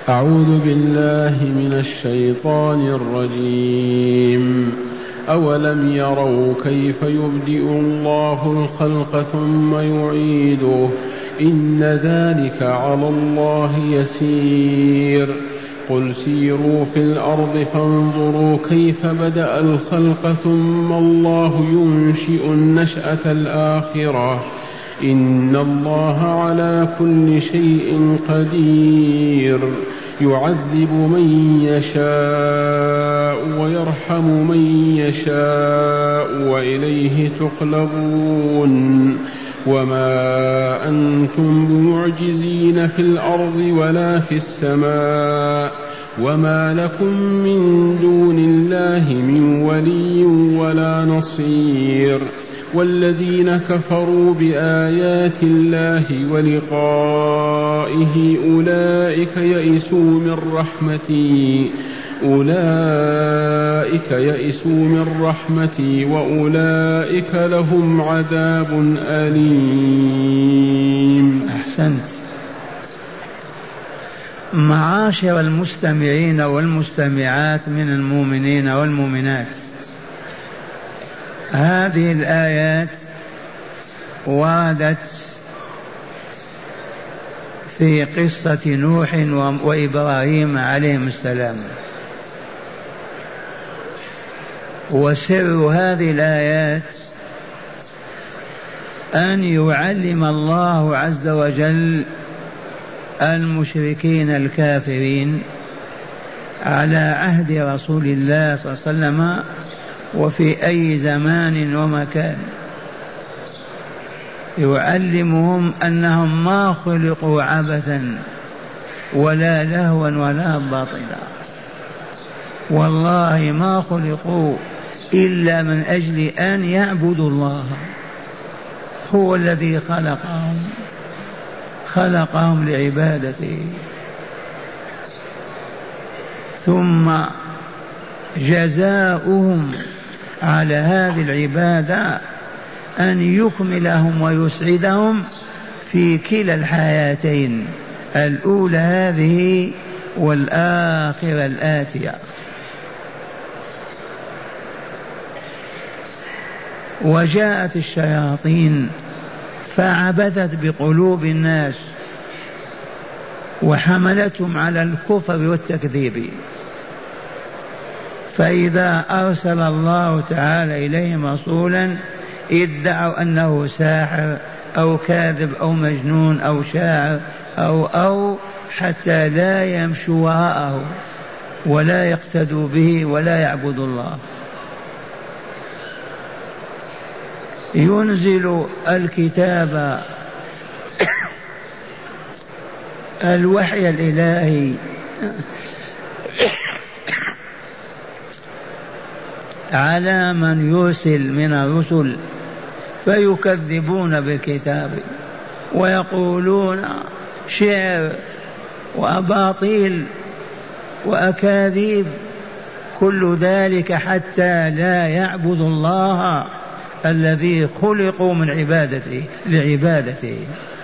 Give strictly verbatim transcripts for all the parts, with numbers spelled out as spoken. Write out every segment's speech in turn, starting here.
أعوذ بالله من الشيطان الرجيم. أولم يروا كيف يبدئ الله الخلق ثم يعيده إن ذلك على الله يسير. قل سيروا في الأرض فانظروا كيف بدأ الخلق ثم الله ينشئ النشأة الآخرة إن الله على كل شيء قدير. يعذب من يشاء ويرحم من يشاء وإليه تقلبون. وما أنتم بمعجزين في الأرض ولا في السماء وما لكم من دون الله من ولي ولا نصير. والذين كفروا بآيات الله ولقائه أولئك يئسوا من رحمتي أولئك يئسوا من رحمتي وأولئك لهم عذاب أليم. أحسنت. معاشر المستمعين والمستمعات من المؤمنين والمؤمنات، هذه الآيات وردت في قصة نوح وإبراهيم عليهم السلام، وسر هذه الآيات أن يعلم الله عز وجل المشركين الكافرين على عهد رسول الله صلى الله عليه وسلم وفي أي زمان ومكان، يعلمهم أنهم ما خلقوا عبثا ولا لهوا ولا باطلا، والله ما خلقوا إلا من أجل أن يعبدوا الله. هو الذي خلقهم خلقهم لعبادته، ثم جزاؤهم على هذه العبادة أن يكملهم ويسعدهم في كلا الحياتين، الأولى هذه والآخرة الآتية. وجاءت الشياطين فعبثت بقلوب الناس وحملتهم على الكفر والتكذيب، فإذا أرسل الله تعالى إليهم رسولا ادعوا أنه ساحر أو كاذب أو مجنون أو شاعر أو أو حتى لا يمشوا وراءه ولا يقتدوا به ولا يعبدوا الله. ينزل الكتاب الوحي الإلهي على من يرسل من الرسل فيكذبون بالكتاب ويقولون شعر وأباطيل وأكاذيب، كل ذلك حتى لا يعبدوا الله الذي خلقوا من عبادته لعبادته.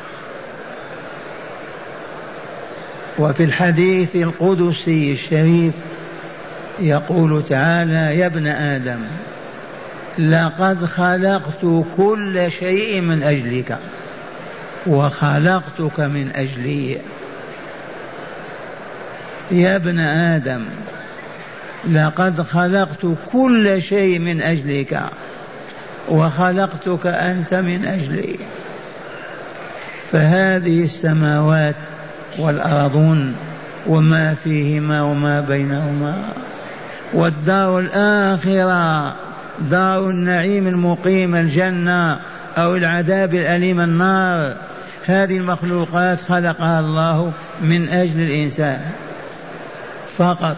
وفي الحديث القدسي الشريف يقول تعالى: يا ابن آدم لقد خلقت كل شيء من أجلك وخلقتك من أجلي. يا ابن آدم لقد خلقت كل شيء من أجلك وخلقتك أنت من أجلي. فهذه السماوات والأرضون وما فيهما وما بينهما والدار الآخرة دار النعيم المقيم الجنة أو العذاب الأليم النار، هذه المخلوقات خلقها الله من أجل الإنسان فقط.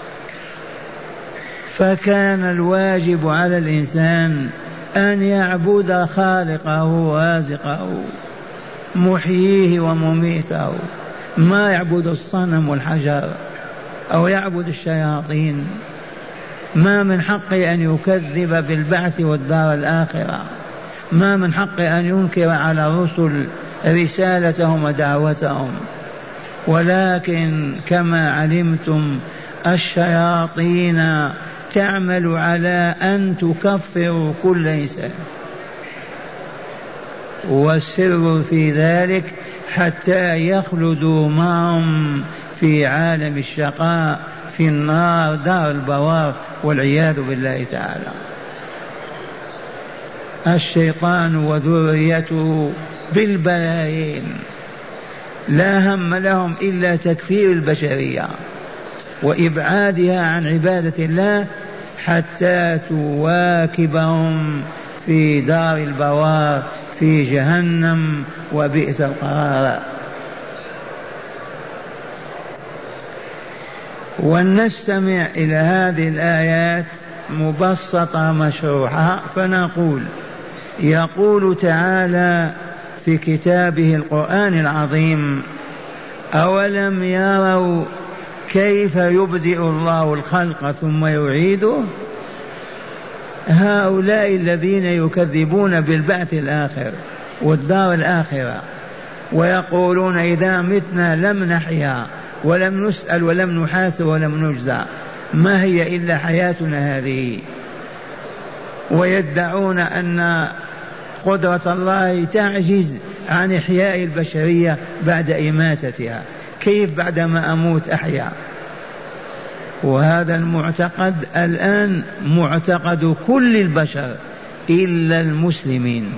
فكان الواجب على الإنسان أن يعبد خالقه ورازقه محييه ومميته، ما يعبد الصنم والحجر أو يعبد الشياطين. ما من حقه أن يكذب بالبعث والدار الآخرة، ما من حقه أن ينكر على الرسل رسالتهم ودعوتهم. ولكن كما علمتم الشياطين تعمل على أن تكفر كل إنسان، والسر في ذلك حتى يخلدوا معهم في عالم الشقاء في النار دار البوار والعياذ بالله تعالى. الشيطان وذريته بالبلايين لا هم لهم إلا تكفير البشرية وإبعادها عن عبادة الله حتى تواكبهم في دار البوار في جهنم وبئس القرار. ونستمع إلى هذه الآيات مبسطة مشروحة فنقول: يقول تعالى في كتابه القرآن العظيم: أولم يروا كيف يبدئ الله الخلق ثم يعيده. هؤلاء الذين يكذبون بالبعث الآخر والدار الآخرة ويقولون إذا متنا لم نحيا ولم نسأل ولم نحاسب ولم نجزى، ما هي إلا حياتنا هذه، ويدعون أن قدرة الله تعجز عن إحياء البشرية بعد إماتتها، كيف بعدما أموت أحيا؟ وهذا المعتقد الآن معتقد كل البشر إلا المسلمين.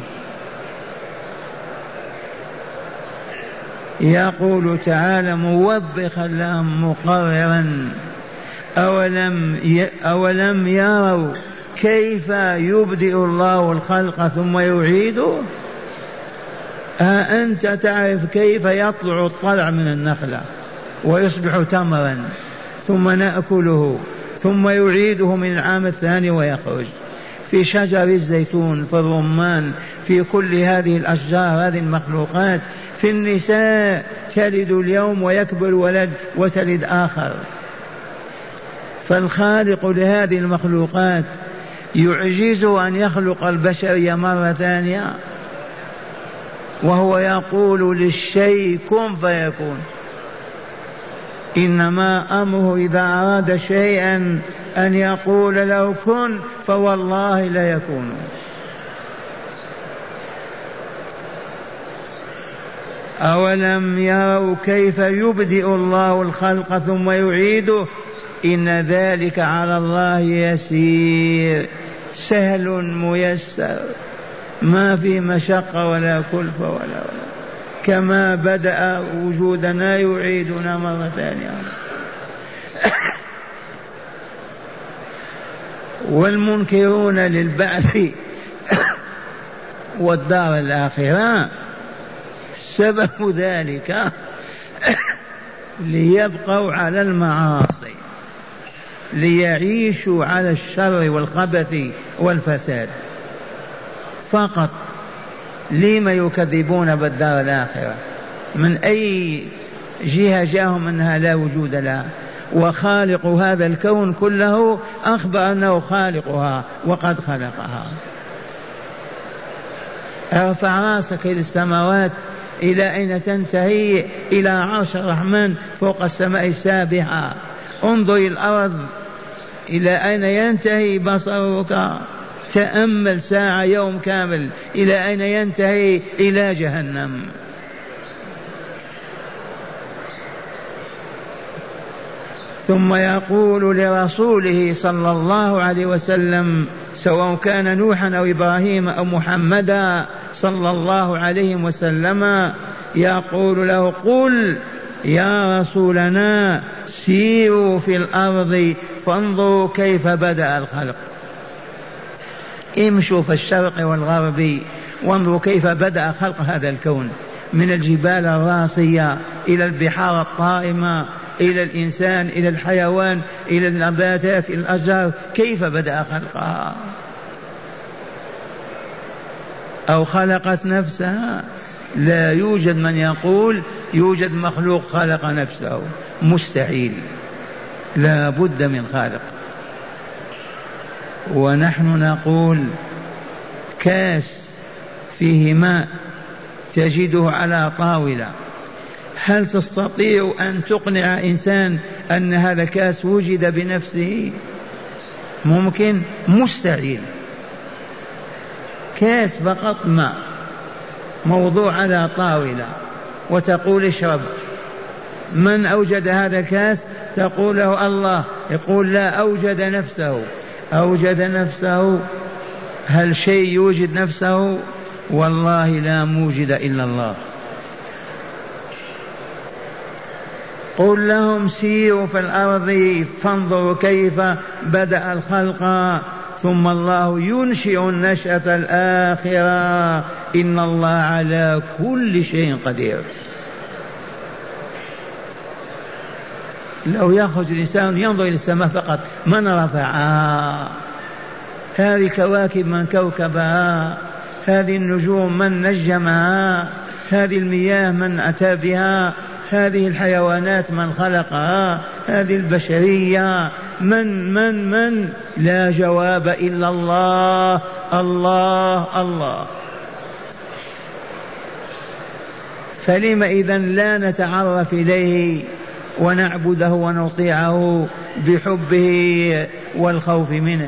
يقول تعالى موبخا لهم مقررا: أولم أولم يروا كيف يبدئ الله الخلق ثم يعيده. ها أنت تعرف كيف يطلع الطلع من النخلة ويصبح تمرا ثم نأكله ثم يعيده من العام الثاني ويخرج. في شجر الزيتون، في الرمان، في كل هذه الأشجار، هذه المخلوقات، في النساء تلد اليوم ويكبر ولد وتلد آخر. فالخالق لهذه المخلوقات يعجز أن يخلق البشرية مرة ثانية، وهو يقول للشيء كن فيكون. إنما أمره إذا أراد شيئا أن يقول له كن فوالله لا يكون. أولم يروا كيف يبدئ الله الخلق ثم يعيده إن ذلك على الله يسير، سهل ميسر، ما في مشقة ولا كلفة ولا, ولا كما بدأ وجودنا يعيدنا مرة ثانية. والمنكرون للبعث والدار الآخرة سبب ذلك ليبقوا على المعاصي، ليعيشوا على الشر والخبث والفساد فقط. لما يكذبون بالدار الآخرة؟ من أي جهة جاءهم أنها لا وجود لها؟ وخالق هذا الكون كله أخبر أنه خالقها وقد خلقها. ارفع راسك إلى السماوات، إلى أين تنتهي؟ إلى عرش الرحمن فوق السماء السابعة. انظر إلى الأرض، إلى أين ينتهي بصرك؟ تأمل ساعة يوم كامل، إلى أين ينتهي؟ إلى جهنم. ثم يقول لرسوله صلى الله عليه وسلم، سواء كان نوحا أو إبراهيم أو محمدا صلى الله عليه وسلم، يقول له: قل يا رسولنا سيروا في الأرض فانظروا كيف بدأ الخلق. امشوا في الشرق والغرب وانظروا كيف بدأ خلق هذا الكون، من الجبال الراسية إلى البحار الطائمة إلى الإنسان إلى الحيوان إلى النباتات إلى الأشجار، كيف بدأ خلقها؟ أو خلقت نفسها؟ لا يوجد من يقول يوجد مخلوق خلق نفسه، مستحيل، لا بد من خالق. ونحن نقول كاس فيه ماء تجده على طاولة، هل تستطيع أن تقنع إنسان أن هذا الكاس وجد بنفسه؟ ممكن؟ مستحيل. كاس فقط ماء موضوع على طاولة وتقول اشرب. من أوجد هذا الكاس؟ تقول له الله. يقول لا، أوجد نفسه. أوجد نفسه. هل شيء يوجد نفسه؟ والله لا موجد إلا الله. قل لهم سيروا في الأرض فانظروا كيف بدأ الخلق ثم الله ينشئ النشأة الآخرة إن الله على كل شيء قدير. لو يخرج الإنسان ينظر إلى السماء فقط، من رفعها؟ هذه كواكب من كوكبها؟ هذه النجوم من نجمها؟ هذه المياه من أتى بها؟ هذه الحيوانات من خلقها؟ هذه البشرية من من من لا جواب إلا الله الله الله. فلم إذن لا نتعرف إليه ونعبده ونطيعه بحبه والخوف منه؟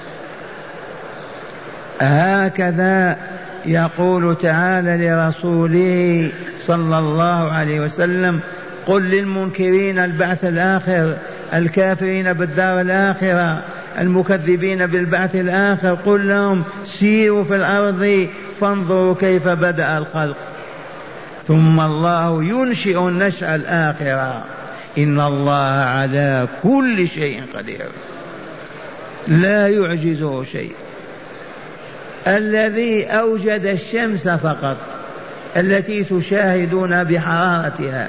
هكذا يقول تعالى لرسوله صلى الله عليه وسلم: قل للمنكرين البعث الآخر، الكافرين بالدار الآخرة، المكذبين بالبعث الآخر، قل لهم سيروا في الأرض فانظروا كيف بدأ الخلق ثم الله ينشئ النشأة الآخرة إن الله على كل شيء قدير لا يعجزه شيء. الذي أوجد الشمس فقط التي تشاهدون بحرارتها،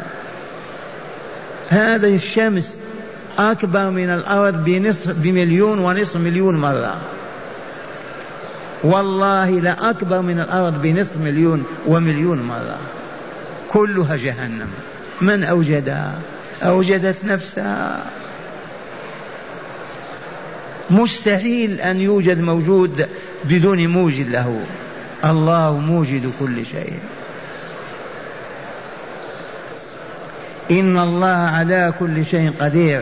هذه الشمس أكبر من الأرض بنصف بمليون ونصف مليون مرة، والله لا أكبر من الأرض بنصف مليون ومليون مرة، كلها جهنم. من أوجدها؟ أوجدت نفسها. مستحيل أن يوجد موجود بدون موجد له، الله موجد كل شيء. إن الله على كل شيء قدير.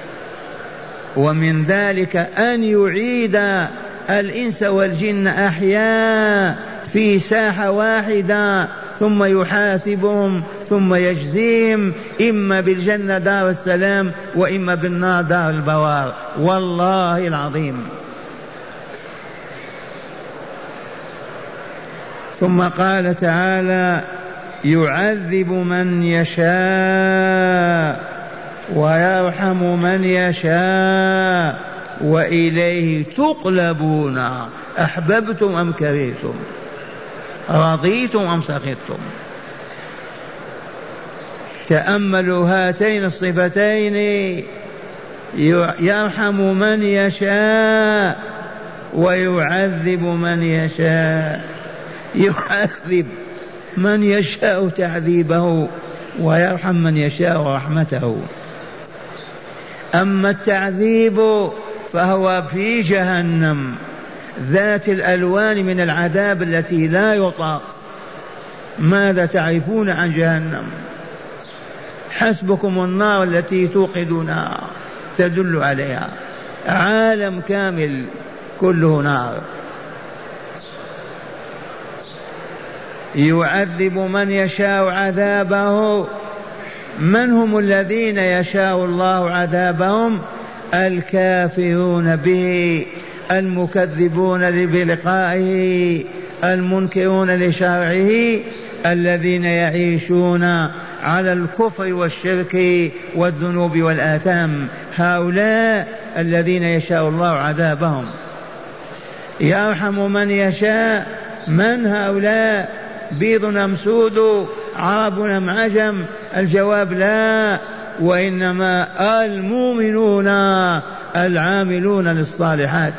ومن ذلك أن يعيد الإنس والجن أحياء في ساحة واحدة ثم يحاسبهم ثم يجزيهم إما بالجنة دار السلام وإما بالنار دار البوار، والله العظيم. ثم قال تعالى: يعذب من يشاء ويرحم من يشاء وإليه تقلبون أحببتم أم كرهتم رضيتم أم سخطتم. تأملوا هاتين الصفتين: يرحم من يشاء ويعذب من يشاء. يعذب من يشاء تعذيبه ويرحم من يشاء رحمته. أما التعذيب فهو في جهنم ذات الألوان من العذاب التي لا يطاق. ماذا تعرفون عن جهنم؟ حسبكم النار التي توقدونها تدل عليها، عالم كامل كله نار. يعذب من يشاء عذابه. من هم الذين يشاء الله عذابهم؟ الكافرون به، المكذبون بلقائه، المنكرون لشرعه، الذين يعيشون على الكفر والشرك والذنوب والآثام، هؤلاء الذين يشاء الله عذابهم. يرحم من يشاء. من هؤلاء؟ بيض أم سود؟ عرب أم عجم؟ الجواب لا، وإنما المؤمنون العاملون للصالحات.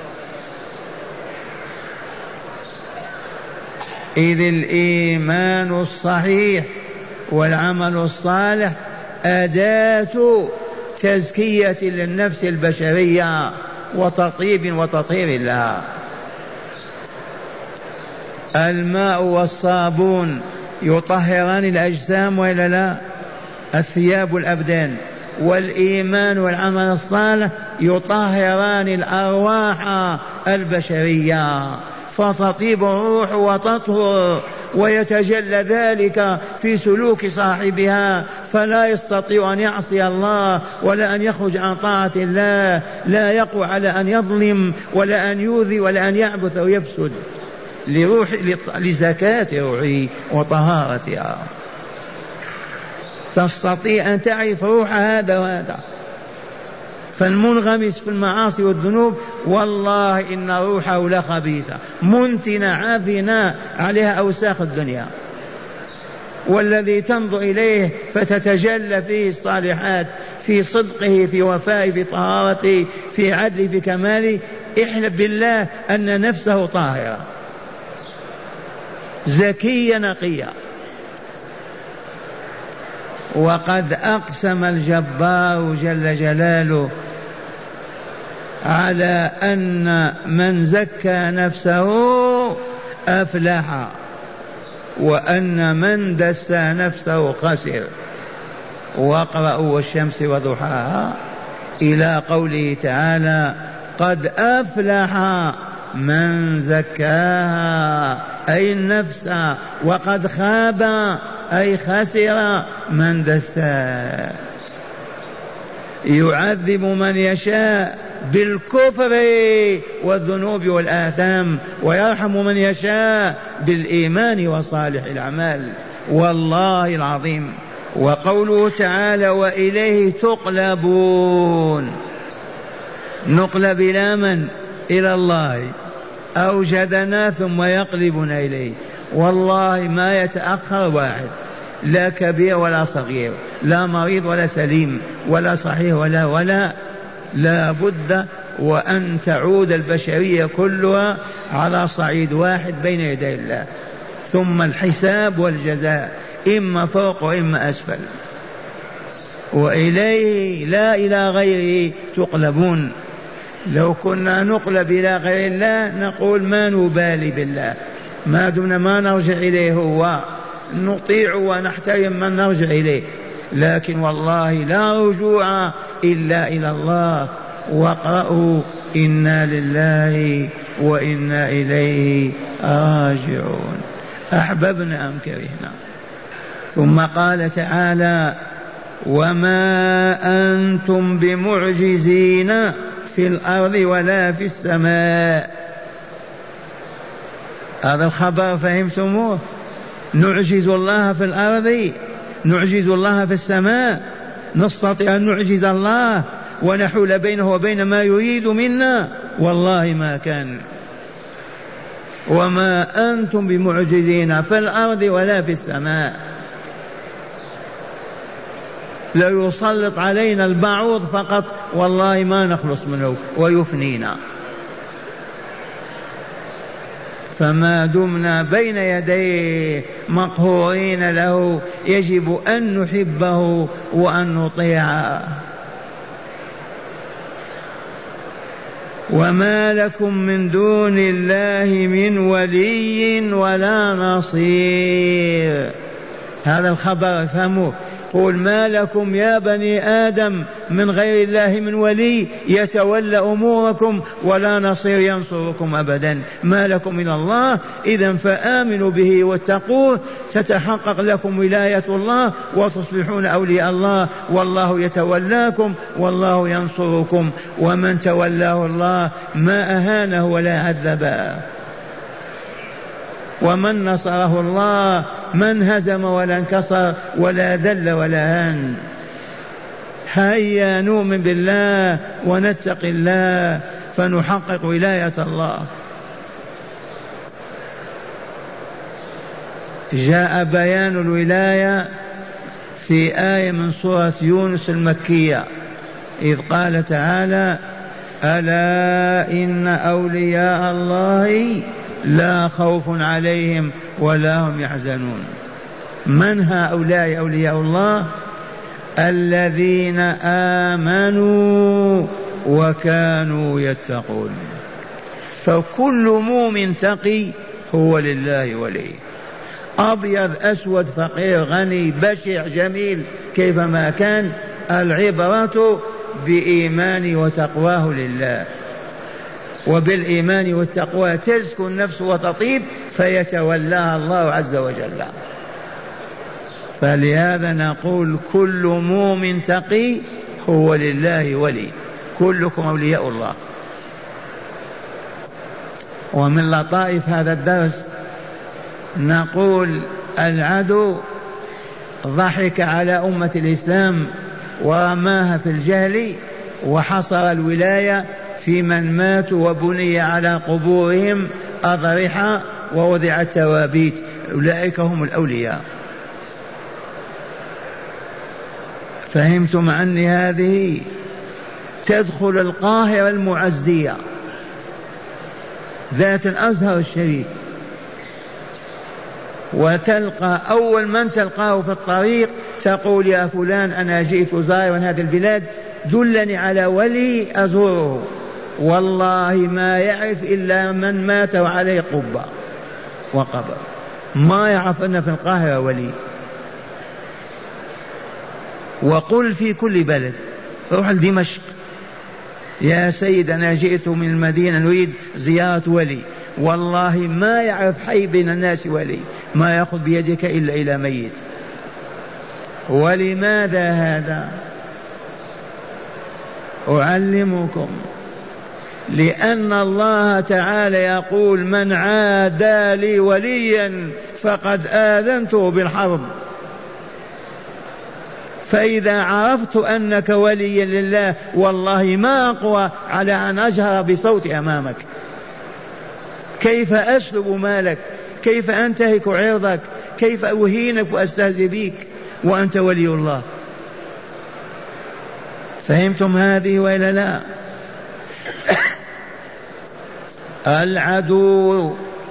إذ الإيمان الصحيح والعمل الصالح أداة تزكية للنفس البشرية وتطيب وتطهير لها. الماء والصابون يطهران الأجسام وإلا لا؟ الثياب والأبدان، والإيمان والعمل الصالح يطهران الأرواح البشرية، فتطيب الروح وتطهر، ويتجلى ذلك في سلوك صاحبها، فلا يستطيع أن يعصي الله ولا أن يخرج عن طاعة الله، لا يقوى على أن يظلم ولا أن يؤذي ولا أن يعبث أو يفسد، لروح لزكاة روحه وطهارتها. تستطيع أن تعرف روح هذا وهذا. فالمنغمس في المعاصي والذنوب والله إن روحه لخبيثة منتنة عافنة عليها أوساخ الدنيا، والذي تنظر إليه فتتجلى فيه الصالحات، في صدقه، في وفائه، في طهارته، في عدله، في كماله، احلف بالله أن نفسه طاهرة زكية نقية. وقد أقسم الجبار جل جلاله على أن من زكى نفسه أفلح، وأن من دسى نفسه خسر. واقرأوا والشمس وضحاها إلى قوله تعالى قد أفلح من زكاها أي النفس، وقد خاب أي خسر من دساها. يعذب من يشاء بالكفر والذنوب والآثام، ويرحم من يشاء بالإيمان وصالح الأعمال، والله العظيم. وقوله تعالى وإليه تقلبون، نقلب إلى من؟ إلى الله. أوجدنا ثم يقلبنا إليه، والله ما يتأخر واحد، لا كبير ولا صغير، لا مريض ولا سليم، ولا صحيح ولا ولا لا بد وأن تعود البشرية كلها على صعيد واحد بين يدي الله، ثم الحساب والجزاء إما فوق وإما أسفل، وإليه لا إلى غيره تقلبون. لو كنا نقلب إلى غير الله نقول ما نبالي بالله، ما دمنا ما نرجع إليه هو، نطيع ونحترم من نرجع إليه، لكن والله لا رجوع إلا إلى الله. واقرأوا إنا لله وإنا إليه راجعون، أحببنا أم كرهنا. ثم قال تعالى وما أنتم بمعجزين في الأرض ولا في السماء. هذا الخبر فهمتموه؟ نعجز الله في الأرض، نعجز الله في السماء، نستطيع أن نعجز الله ونحول بينه وبين ما يريد منا؟ والله ما كان. وما أنتم بمعجزين في الأرض ولا في السماء. لو يسلط علينا البعوض فقط والله ما نخلص منه ويفنينا. فما دمنا بين يديه مقهورين له يجب أن نحبه وأن نطيعه. وما لكم من دون الله من ولي ولا نصير. هذا الخبر افهموه. قل ما لكم يا بني آدم من غير الله من ولي يتولى أموركم ولا نصير ينصركم أبدا. ما لكم من الله، إذن فآمنوا به واتقوه تتحقق لكم ولاية الله وتصبحون أولياء الله، والله يتولاكم والله ينصركم. ومن تولاه الله ما أهانه ولا عذبه، ومن نصره الله من هزم ولا انكسر ولا ذل ولا هان. هيا نؤمن بالله ونتقي الله فنحقق ولاية الله. جاء بيان الولاية في آية من سورة يونس المكية إذ قال تعالى ألا إن أولياء الله لا خوف عليهم ولا هم يحزنون. من هؤلاء أولياء الله؟ الذين آمنوا وكانوا يتقون. فكل مؤمن تقي هو لله ولي. أبيض أسود فقير غني بشع جميل كيفما كان، العبرة بإيمان وتقواه لله، وبالإيمان والتقوى تزكو النفس وتطيب فيتولاها الله عز وجل. فلهذا نقول كل مؤمن تقي هو لله ولي، كلكم أولياء الله. ومن لطائف هذا الدرس نقول العدو ضحك على أمة الإسلام ورماها في الجهل وحصر الولاية في من ماتوا وبني على قبورهم أضرحة ووضعت توابيت، أولئك هم الأولياء. فهمتم عني؟ هذه تدخل القاهرة المعزية ذات الأزهر الشريف وتلقى أول من تلقاه في الطريق تقول يا فلان أنا جئت زائرا هذه البلاد دلني على ولي أزوره، والله ما يعرف إلا من مات وعليه قبة وقبر، ما يعرف أن في القاهرة ولي. وقل في كل بلد، روح لدمشق يا سيد أنا جئت من المدينة نريد زيارة ولي، والله ما يعرف حي بين الناس ولي، ما يأخذ بيدك إلا إلى ميت. ولماذا هذا؟ أعلمكم، لأن الله تعالى يقول من عادى لي وليا فقد آذنته بالحرب. فإذا عرفت أنك ولي لله والله ما أقوى على أن أجهر بصوتي أمامك. كيف أسلب مالك؟ كيف أنتهك عرضك؟ كيف أهينك وأستهزئ بك وأنت ولي الله؟ فهمتم هذه وإلا لا؟ العدو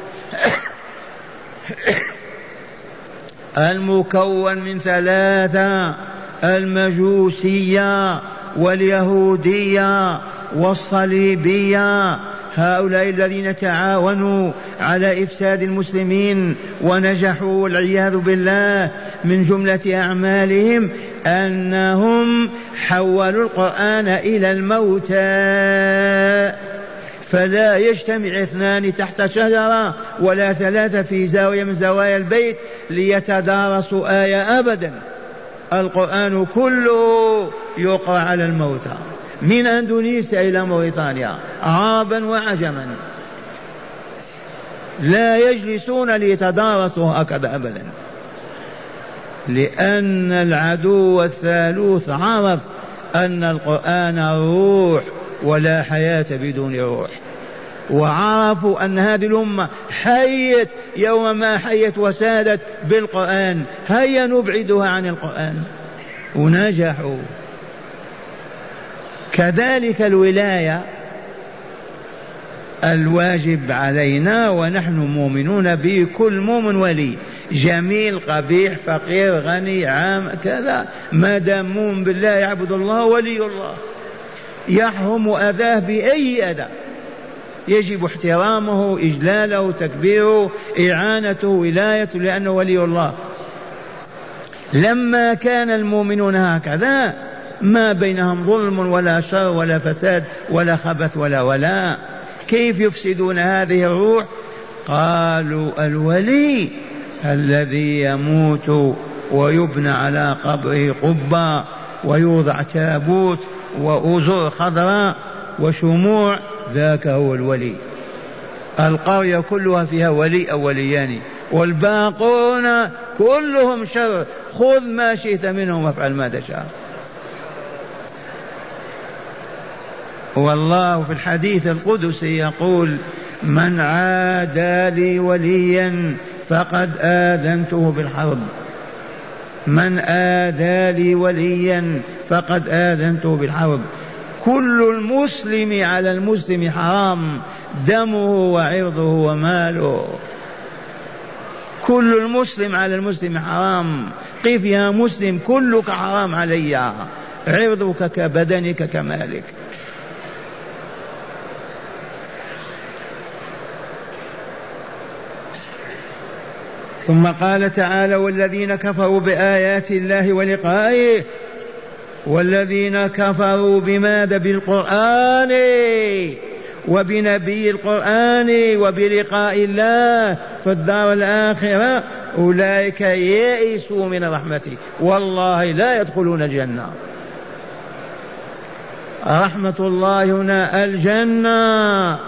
المكون من ثلاثة: المجوسية واليهودية والصليبية، هؤلاء الذين تعاونوا على إفساد المسلمين ونجحوا والعياذ بالله. من جملة أعمالهم أنهم حولوا القرآن إلى الموتى، فلا يجتمع اثنان تحت شجرة ولا ثلاثة في زاوية من زوايا البيت ليتدارسوا آية أبدا. القرآن كله يقرأ على الموتى من أندونيسيا إلى موريتانيا، عربا وعجما، لا يجلسون ليتدارسوا هكذا أبدا، لأن العدو الثالوث عرف أن القرآن روح ولا حياة بدون روح، وعرفوا أن هذه الأمة حيت يوم ما حيت وسادت بالقرآن، هيا نبعدها عن القرآن، ونجحوا. كذلك الولاية الواجب علينا ونحن مؤمنون به، كل مؤمن ولي، جميل قبيح فقير غني عام كذا، ما دام مؤمن بالله يعبد الله ولي الله، يحرم أذاه بأي أذى، يجب احترامه إجلاله تكبيره إعانته ولايته، لأنه ولي الله. لما كان المؤمنون هكذا ما بينهم ظلم ولا شر ولا فساد ولا خبث ولا ولا. كيف يفسدون هذه الروح؟ قالوا الولي الذي يموت ويبنى على قبره قبة ويوضع تابوت وأزر خضراء وشموع، ذاك هو الولي. القرية كلها فيها ولي أو وليان، والباقون كلهم شر، خذ ما شئت منهم وافعل ما تشاء. والله في الحديث القدسي يقول من عادى لي وليا فقد آذنته بالحرب، من آذى لي وليا فقد آذنته بالحرب. كل المسلم على المسلم حرام، دمه وعرضه وماله، كل المسلم على المسلم حرام. قف يا مسلم كلك حرام علي، عرضك كبدنك كمالك. ثم قال تعالى والذين كفروا بآيات الله ولقائه، والذين كفروا بماذا؟ بالقرآن وبنبي القرآن وبلقاء الله في الدار الآخرة، أولئك يئسوا من رحمته والله لا يدخلون الجنة. رحمة الله هنا الجنة.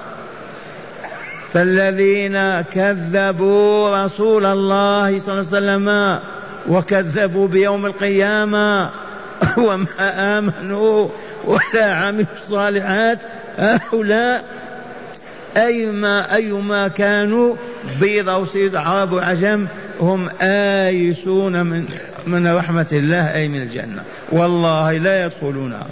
فالذين كذبوا رسول الله صلى الله عليه وسلم وكذبوا بيوم القيامة وما آمنوا ولا عملوا الصالحات، هؤلاء أيما أيما كانوا بيض أو سيد عرب وعجم هم آيسون من من رحمة الله أي من الجنة والله لا يدخلونها.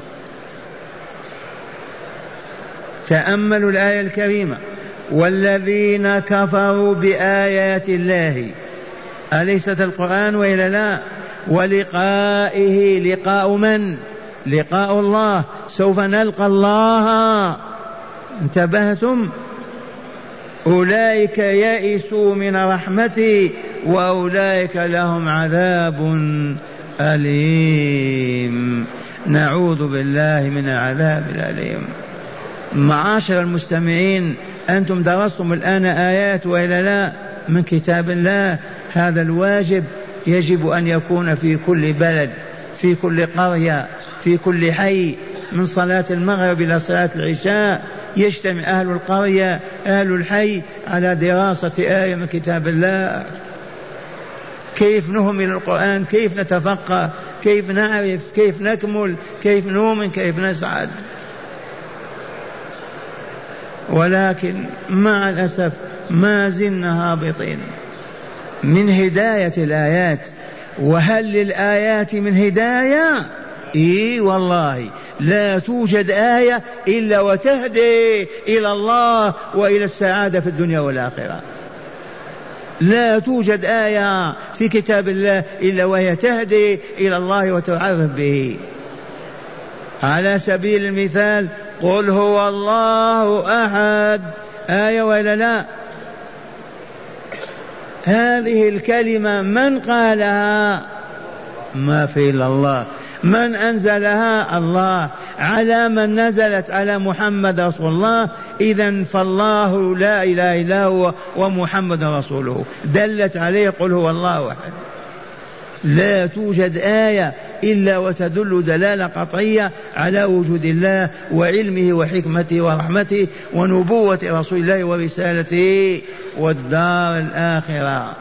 تأملوا الآية الكريمة والذين كفروا بآيات الله، أليست القرآن وإلا لا؟ ولقائه، لقاء من؟ لقاء الله، سوف نلقى الله. انتبهتم؟ أولئك يئسوا من رحمتي وأولئك لهم عذاب أليم. نعوذ بالله من العذاب الأليم. معاشر المستمعين، أنتم درستم الآن آيات وإلا لا من كتاب الله؟ هذا الواجب يجب أن يكون في كل بلد، في كل قرية، في كل حي، من صلاة المغرب إلى صلاة العشاء يجتمع أهل القرية أهل الحي على دراسة آية من كتاب الله. كيف نهمل القرآن؟ كيف نتفقه؟ كيف نعرف؟ كيف نكمل؟ كيف نؤمن؟ كيف نسعد؟ ولكن مع الأسف ما زلنا هابطين من هداية الآيات. وهل للآيات من هداية؟ إيه والله لا توجد آية إلا وتهدي إلى الله وإلى السعادة في الدنيا والآخرة. لا توجد آية في كتاب الله إلا وهي تهدي إلى الله وتعرف به. على سبيل المثال قل هو الله أحد، آية ولا لا؟ هذه الكلمة من قالها؟ ما في إلا الله. من أنزلها؟ الله. على من نزلت؟ على محمد رسول الله. إذن فالله لا إله إلا هو ومحمد رسوله، دلت عليه قل هو الله أحد. لا توجد آية إلا وتدل دلالة قطعية على وجود الله وعلمه وحكمته ورحمته ونبوة رسول الله ورسالته والدار الآخرة.